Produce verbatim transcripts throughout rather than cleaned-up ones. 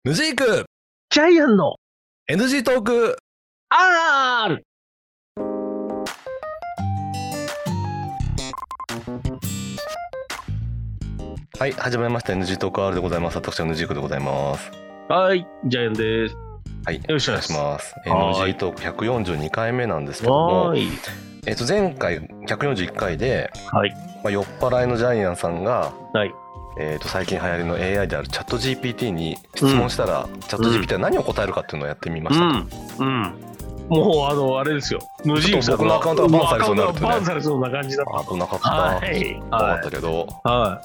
ヌジークジャイアンのエヌジー トークアール。 はい、始めました エヌジー トーク アール でございます。私はヌジークでございます。 はい、ジャイアンです。 はい、 よろしくお願いします。 エヌジー トークひゃくよんじゅうにかいめなんですけども、 はい、 えっと前回ひゃくよんじゅういっかいで、 はい、 まあ、酔っ払いのジャイアンさんが、 はい、 えっと最近流行りの エーアイ であるチャット ジーピーティー に質問したら、うん、チャット ジーピーティー は何を答えるかっていうのをやってみましたと、 うんうん、もうあのあれですよ、ヌジークさん僕のアカウントがバンされそうになるとね、 バンされそうな感じだった。 危なかった、 はい、 危なかったけど、 はい、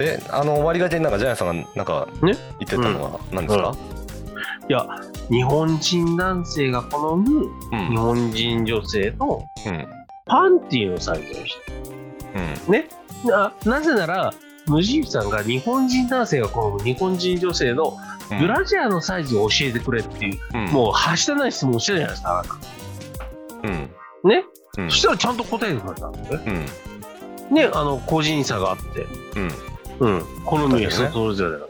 で、あの終わりがけになんかジャイアンさんがなんか言ってたのは何ですか？うんうん、 いや、日本人男性が好む日本人女性のパンティーのサイズをして、うん、ね、な, なぜならムジークさんが日本人男性が好む日本人女性のブラジャーのサイズを教えてくれっていう、うん、もうはしたない質問をしたじゃないですか、あなた、うんね、うん、そしたらちゃんと答えてくれたんですね、うん、ね、あの個人差があって、うんうん、好みが人それぞれだから、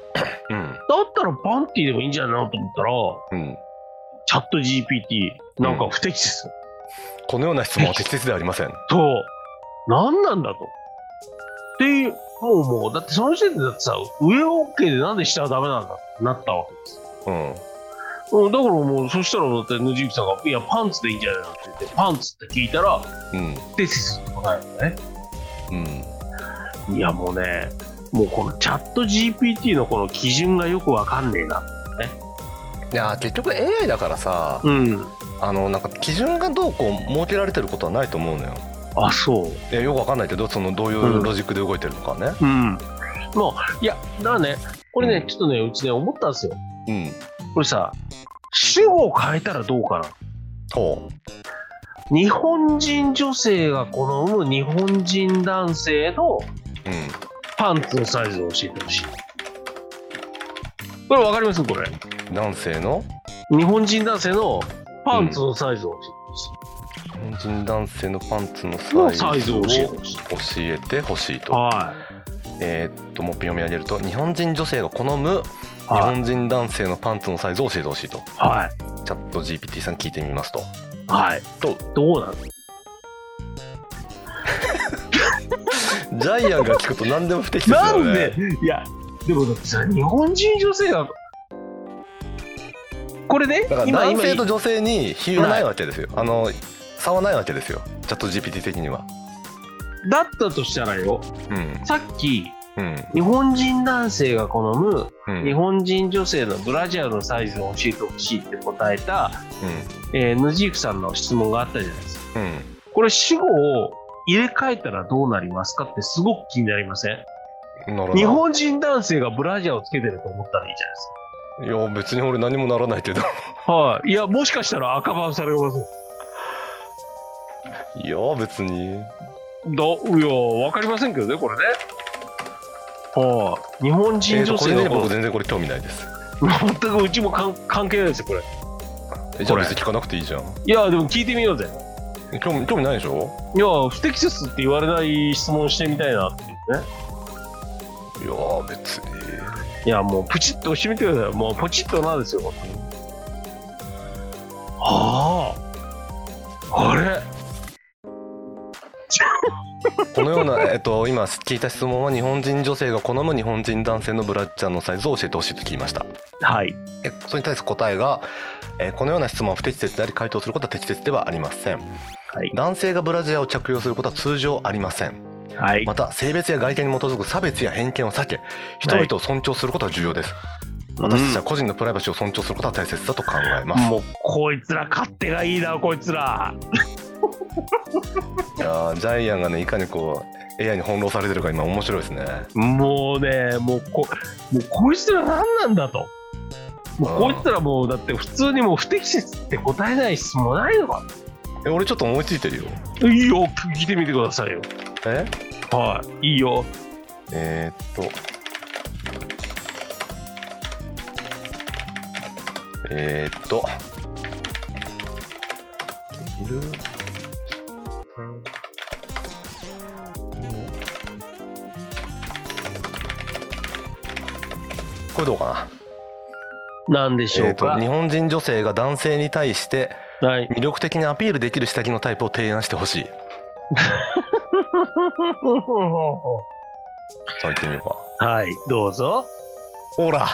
うん、だったらパンティーでもいいんじゃないのと思ったら、うん、チャット ジーピーティー なんか不適切、うん、 このような質問は適切ではありません。 そう何なんだとっていう、もうもうだってその時点でだってさ、上 OK でなんで下はダメなんだってなったわけです、うん、だからもうそしたらだってヌジークさんがいやパンツでいいんじゃないのって言ってパンツって聞いたら、うん、不適切って答えるんだね、うん、いやもうね、もうこのチャット ジーピーティー のこの基準がよくわかんねえなってね。 いや結局 エーアイ だからさ、うん、あのなんか基準がどうこう設けられてることはないと思うのよ。 あ、そう。 いやよくわかんないけど、そのどういうロジックで動いてるのかね。うん。 もういやだからね、これね、うん、ちょっとねうちね思ったんですよ。うん。これさ、主語を変えたらどうかな。ほう。日本人女性が好む日本人男性の、うん、パンツのサイズを教えてほしい。これわかります？これ。 男性の？ 日本人男性のパンツのサイズを教えてほしい。 うん、日本人男性のパンツのサイズを教えてほしいと。はい。えー、っともっぺん読み上げると、日本人女性が好む日本人男性のパンツのサイズを教えてほしいと。はい。チャット ジーピーティー さん聞いてみますと。 はい。とどうなの？ ジャイアンが聞くと何でも不適切だよね。 なんで？いやでもだってさ、日本人女性がこれね、 だから男性と女性に比はないわけですよ。あの差はないわけですよ、チャット ジーピーティー 的には。 だったとしたらよ、うん、さっき、うん、日本人男性が好む、うん、日本人女性のブラジャーのサイズを教えてほしいって答えた、うん、えー、ヌジークさんの質問があったじゃないですか、うん、これ主語を入れ替えたらどうなりますかってすごく気になりません？日本人男性がブラジャーをつけてると思ったらいいじゃないですか。 いや別に俺何もならないけどはい、いやもしかしたら赤バンされます。 いや別にだ、 いや分かりませんけどねこれね。はあ、日本人女性が、えー、これね、僕全然これ興味ないです。 全くうちも関係ないですよこれ。 えじゃあ別に聞かなくていいじゃん。 いやでも聞いてみようぜ。 興味興味ないでしょ。 いや不適切って言われない質問してみたいなっていうね。 いや別に。 いやもうプチッと押してみてください。もうポチッとなんですよ。あああれこのような、えっと、今聞いた質問は日本人女性が好む日本人男性のブラジャーのサイズを教えてほしいと聞きました。はい。それに対する答えが、えー、このような質問は不適切であり回答することは適切ではありません。はい、男性がブラジャーを着用することは通常ありません。はい、また性別や外見に基づく差別や偏見を避け人々を尊重することは重要です。はい、私たちは個人のプライバシーを尊重することは大切だと考えます。 もうこいつら勝手がいいなこいつらいやジャイアンがねいかにこう エーアイ に翻弄されてるか今面白いですね。 もうねもう こ, もうこいつら何なんだと。もうこいつらもうだって普通にもう不適切って答えない質問ないのか。 え俺ちょっと思いついてるよ。 いいよ聞いてみてくださいよ。えはいいいよ。 えー、っとえー、っといるこれどうかな。 何でしょうか。 えーと、日本人女性が男性に対して魅力的にアピールできる下着のタイプを提案してほしい。さあ行ってみようか。はい、どうぞ。 ほら。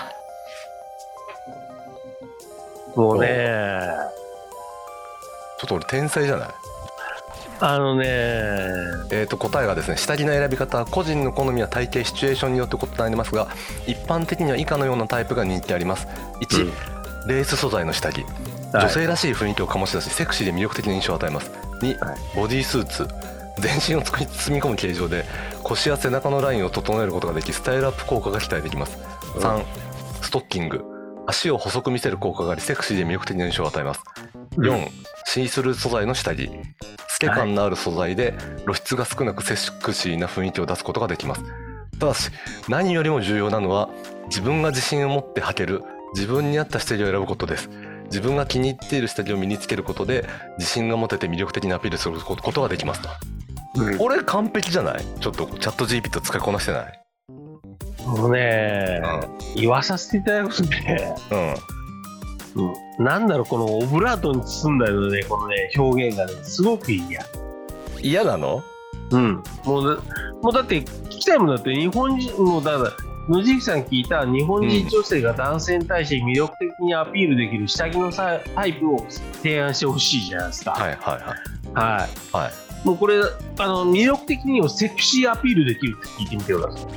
もうね、 ちょっと俺天才じゃない？ あのねえーと答えがですね、下着の選び方は個人の好みや体型シチュエーションによって異なりますが、一般的には以下のようなタイプが人気あります。いち、うん、レース素材の下着、女性らしい雰囲気を醸し出しセクシーで魅力的な印象を与えます。に、はい、ボディースーツ、全身を包み込む形状で腰や背中のラインを整えることができスタイルアップ効果が期待できます。さん、ストッキング、足を細く見せる効果がありセクシーで魅力的な印象を与えます。よん、シースルー素材の下着、透け感のある素材で露出が少なくセクシーな雰囲気を出すことができます。ただし何よりも重要なのは自分が自信を持って履ける自分に合った下着を選ぶことです。自分が気に入っている下着を身につけることで自信が持てて魅力的にアピールすることができますと、うん、これ完璧じゃない？ちょっとチャット ジーピーティー 使いこなしてない？ もうね、うん、言わさせていただくとね、うんうん、なんだろう、このオブラートに包んだようなね、このね表現がねすごく嫌。 嫌なの？ うん。もうもうだって聞きたいもんだって日本人もうだから野地さん聞いた日本人女性が男性に対して魅力的にアピールできる下着のタイプを提案してほしいじゃないですか。 はいはいはいはいはい。もうこれあの魅力的にセクシーアピールできるって聞いてみてください。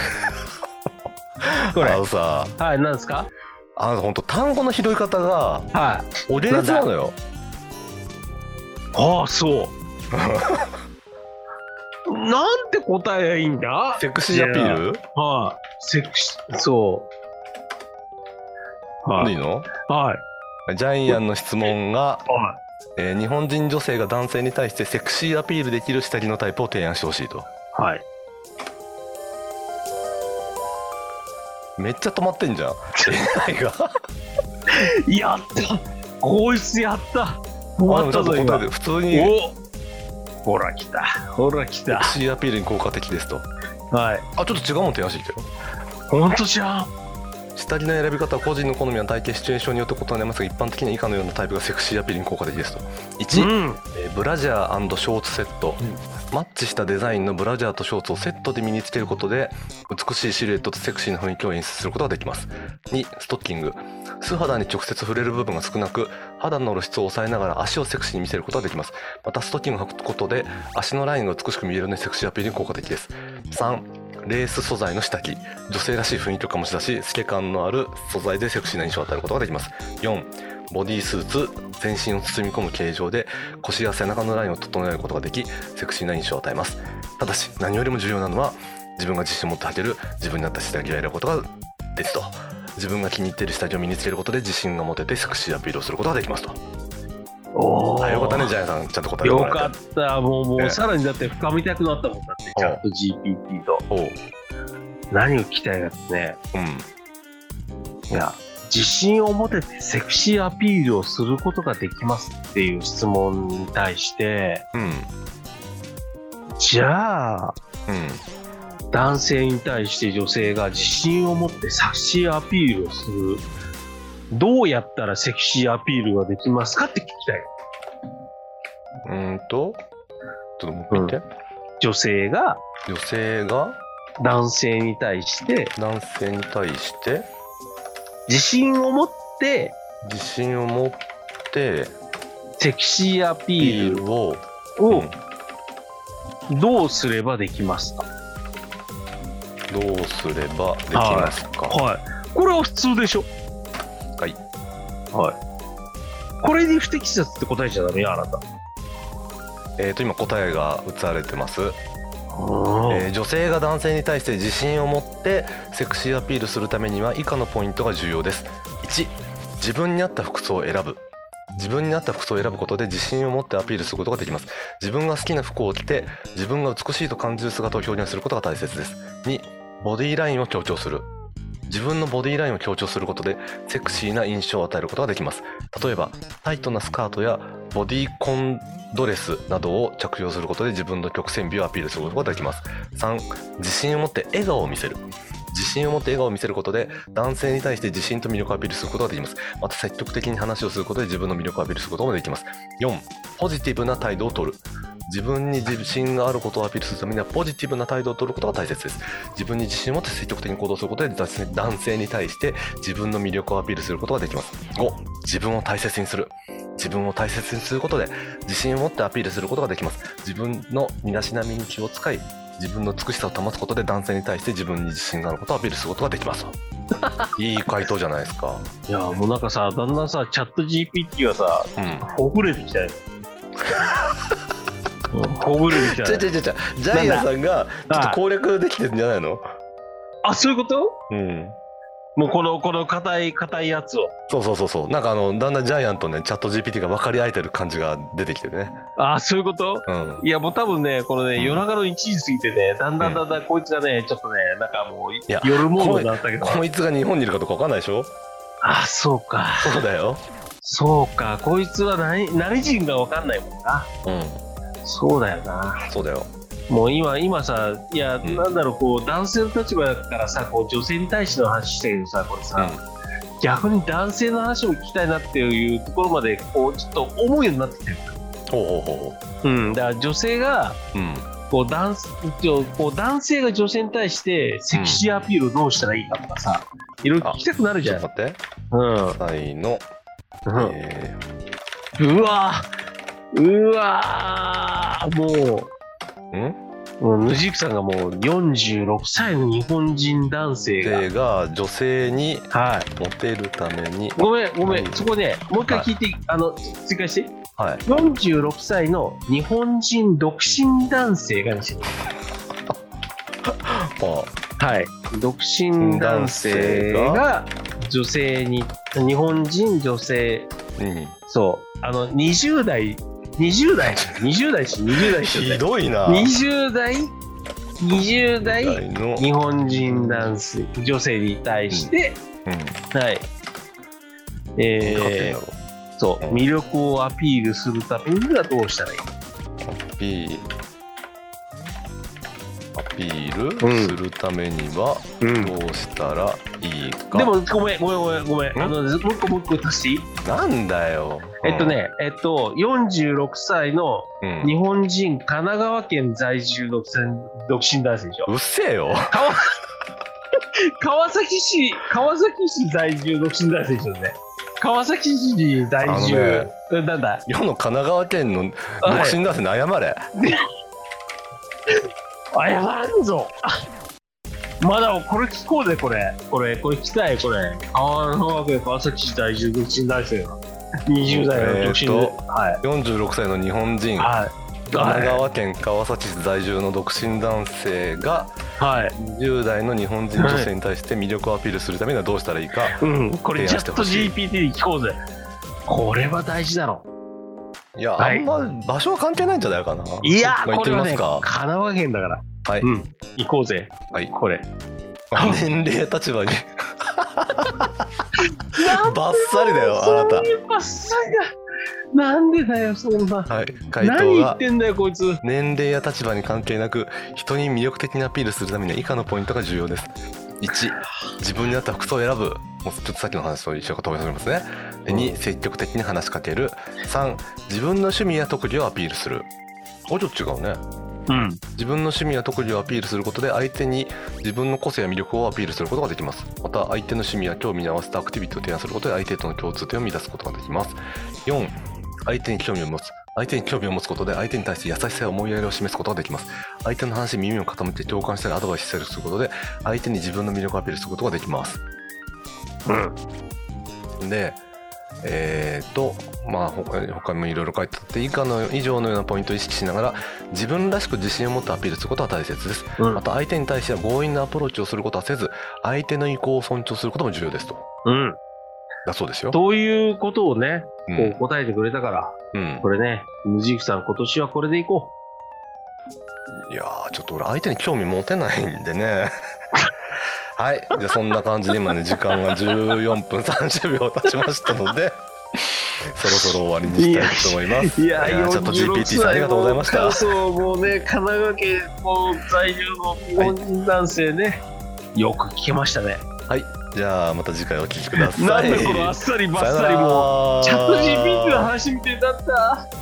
これあのさ、 はい、なんですか？ あの本当単語の拾い方がお下劣なのよ。 ああそうなんて答えがいいんだ？ セクシーアピール？ はい、セクシー、そう、 はい、いいの？ はい。 ジャイアンの質問が、はい、えー、日本人女性が男性に対してセクシーアピールできる下着のタイプを提案してほしいと。 はい。 めっちゃ止まってんじゃん。エーアイ がやった、こいつやった、止まったぞ今。 普通にほら来た、ほら来た。 セクシーアピールに効果的ですと。 はい。 あ、ちょっと違うもん提案してきたよ。 ほんとじゃん。 下着の選び方は個人の好みや体型シチュエーションによって異なりますが、一般的に以下のようなタイプがセクシーアピールに効果的ですと。いち、うん、えー、ブラジャー&ショーツセット、うん、マッチしたデザインのブラジャーとショーツをセットで身につけることで美しいシルエットとセクシーな雰囲気を演出することができます。に、ストッキング、素肌に直接触れる部分が少なく肌の露出を抑えながら足をセクシーに見せることができます。またストッキングを履くことで足のラインが美しく見えるのでセクシーアピールに効果的です。さん、レース素材の下着、女性らしい雰囲気を醸し出し透け感のある素材でセクシーな印象を与えることができます。よん、ボディースーツ、全身を包み込む形状で腰や背中のラインを整えることができセクシーな印象を与えます。ただし何よりも重要なのは自分が自信を持って履ける自分に合った下着を選ぶことがですと。自分が気に入っている下着を身につけることで自信が持ててセクシーアピールをすることができますと。おー、あ、よかったね、ジャイアンさんちゃんと答えてもらえて。 よかった。もう、もうさらにだって深みたくなったもんだってチャット ジーピーティー と。お何を聞きたいかってね、うん、いや、自信を持ててセクシーアピールをすることができますっていう質問に対して、うん、じゃあ、うん、男性に対して女性が自信を持ってセクシーアピールをする、どうやったらセクシーアピールができますかって聞きたい。 うーんとちょっともう一回言って、うん、 女性が女性が男性に対して男性に対して自信を持って自信を持ってセクシーアピールを、うん、どうすればできますか？ どうすればできますか？ はい、はい、これは普通でしょ。 はい、 はい、これに不適切って答えちゃダメよ、あなた。 えーと今答えが映されてます。えー、女性が男性に対して自信を持ってセクシーアピールするためには以下のポイントが重要です。いち、自分に合った服装を選ぶ。自分に合った服装を選ぶことで自信を持ってアピールすることができます。自分が好きな服を着て自分が美しいと感じる姿を表現することが大切です。に、ボディラインを強調する。自分のボディラインを強調することでセクシーな印象を与えることができます。例えばタイトなスカートやボディコンドレスなどを着用することで自分の曲線美をアピールすることができます。さん、自信を持って笑顔を見せる。 自信を持って笑顔を見せることで男性に対して自信と魅力をアピールすることができます。また積極的に話をすることで自分の魅力をアピールすることもできます。よんポジティブな態度を取る。自分に自信があることをアピールするためにはポジティブな態度を取ることが大切です。自分に自信を持って積極的に行動することで男性に対して自分の魅力をアピールすることができます。ご自分を大切にする。自分を大切にすることで自信を持ってアピールすることができます。自分の身だしなみに気を使い自分の美しさを保つことで男性に対して自分に自信があることをアピールすることができますいい回答じゃないですか。 いやもうなんかさだんだんさチャット ジーピーティー がさ、うん、ほぐれてきたよほぐれてきたよ。 ちょちょちょちょジャイアンさんがちょっと攻略できてるんじゃないの？ あそういうこと？ うんもうこのこの硬い硬いやつをそうそうそうそうなんかあのだんだんジャイアンとねチャット ジーピーティー が分かり合えてる感じが出てきてるね。 あそういうこと、 うん、 いやもう多分ねこのね、うん、夜中のいちじ過ぎてねだんだんだんだんこいつがねちょっとねなんかもう夜モードになったけどこいつが日本にいるかどうか分かんないでしょ。 あそうかそうだよそうかこいつは何何人か分かんないもんな。 うんそうだよな。 そうだよもう今今さいや、うん、なんだろうこう男性の立場からさこう女性に対しての話してるけどさこれさ、うん、逆に男性の話も聞きたいなっていうところまでこうちょっと思うようになってきてる。 ほうほうほう、うん、だから女性が、うん、こう男こう男性が女性に対してセクシーアピールをどうしたらいいかとかさ、うん、いろいろ聞きたくなるじゃん。 ちょっと待って、 うん、 才の、 うんえー、うわうわもうんもうヌジークさんがもうよんじゅうろくさいの日本人男性 が, が女性にモテるために、 はい、ごめんごめん、はい、そこでもう一回聞いて、はい、あの追加して、 はい、 よんじゅうろくさいの日本人独身男性がですよはい独身男性が女性に日本人女性、うん、そうあのにじゅう代にじゅう代にじゅう代しにじゅう代ひどいなにじゅう代にじゅう代日本人男性女性に対して、うんうん、はいえー、そう、うん、魅力をアピールするためにはどうしたらいい？ アピールアピールするためにはどうしたらいいか、 うん、でもごめんごめんごめんごめんあのもう一個もう一個足していい？ なんだよえっとねえっとよんじゅうろくさいの日本人、うん、神奈川県在住の独身男性でしょ。 うっせえよ川崎市川崎市在住独身男性でしょね。川崎市に在住、ね、なんだ世の神奈川県の独身男性に謝れ、 はい、謝らんぞまだこれ聞こうぜこれこれこれ聞きたいこれ神奈川県川崎市在住独身男性がにじゅう代の独身で、えーはい、 よんじゅうろくさいの日本人、はい、神奈川県川崎市在住の独身男性が、はい、にじゅう代の日本人女性に対して魅力をアピールするためにはどうしたらいいか、 うん、これチャット ジーピーティー に聞こうぜ。これは大事だろ。 いや、はい、あんま場所は関係ないんじゃないかな。 いやー、これはね、神奈川県だから。 はい、 うん、行こうぜ。はい、これ。 年齢立場にバッサリだよ、あなた。 バッサリだ。なんでだよ、そんな。 はい、回答が何言ってんだよ、こいつ。 年齢や立場に関係なく、人に魅力的にアピールするためには以下のポイントが重要です。いち、自分に合った服装を選ぶ。もうちょっとさっきの話と一緒かと思いますね。に、積極的に話しかける。さん、自分の趣味や特技をアピールする。あ、ちょっと違うね。 うん、 自分の趣味や特技をアピールすることで相手に自分の個性や魅力をアピールすることができます。また相手の趣味や興味に合わせたアクティビティを提案することで相手との共通点を見出すことができます。よん、相手に興味を持つ。相手に興味を持つことで相手に対して優しさや思いやりを示すことができます。相手の話に耳を傾けて共感したりアドバイスしたりすることで相手に自分の魅力をアピールすることができます。うん、でえーとまあ、他, 他にもいろいろ書いてあって以下の以上のようなポイントを意識しながら自分らしく自信を持ってアピールすることは大切です。うん、また相手に対しては強引なアプローチをすることはせず相手の意向を尊重することも重要ですと。 うん、 だそうですよ。 ということをね、こう答えてくれたから、うん、これね、ムジークさん今年はこれでいこう。いやーちょっと俺相手に興味持てないんでねはい、じゃあそんな感じで今ね時間がじゅうよんぷんさんじゅうびょう経ちましたのでそろそろ終わりにしたいと思います。 いやいやチャット ジーピーティー さんありがとうございました。 そうもうね神奈川県も在住の日本人男性ね、 よく聞けましたね。 はい、じゃあまた次回お聞きください。 なんだこのあっさりばっさりもうチャット ジーピーティー の話みたいだった。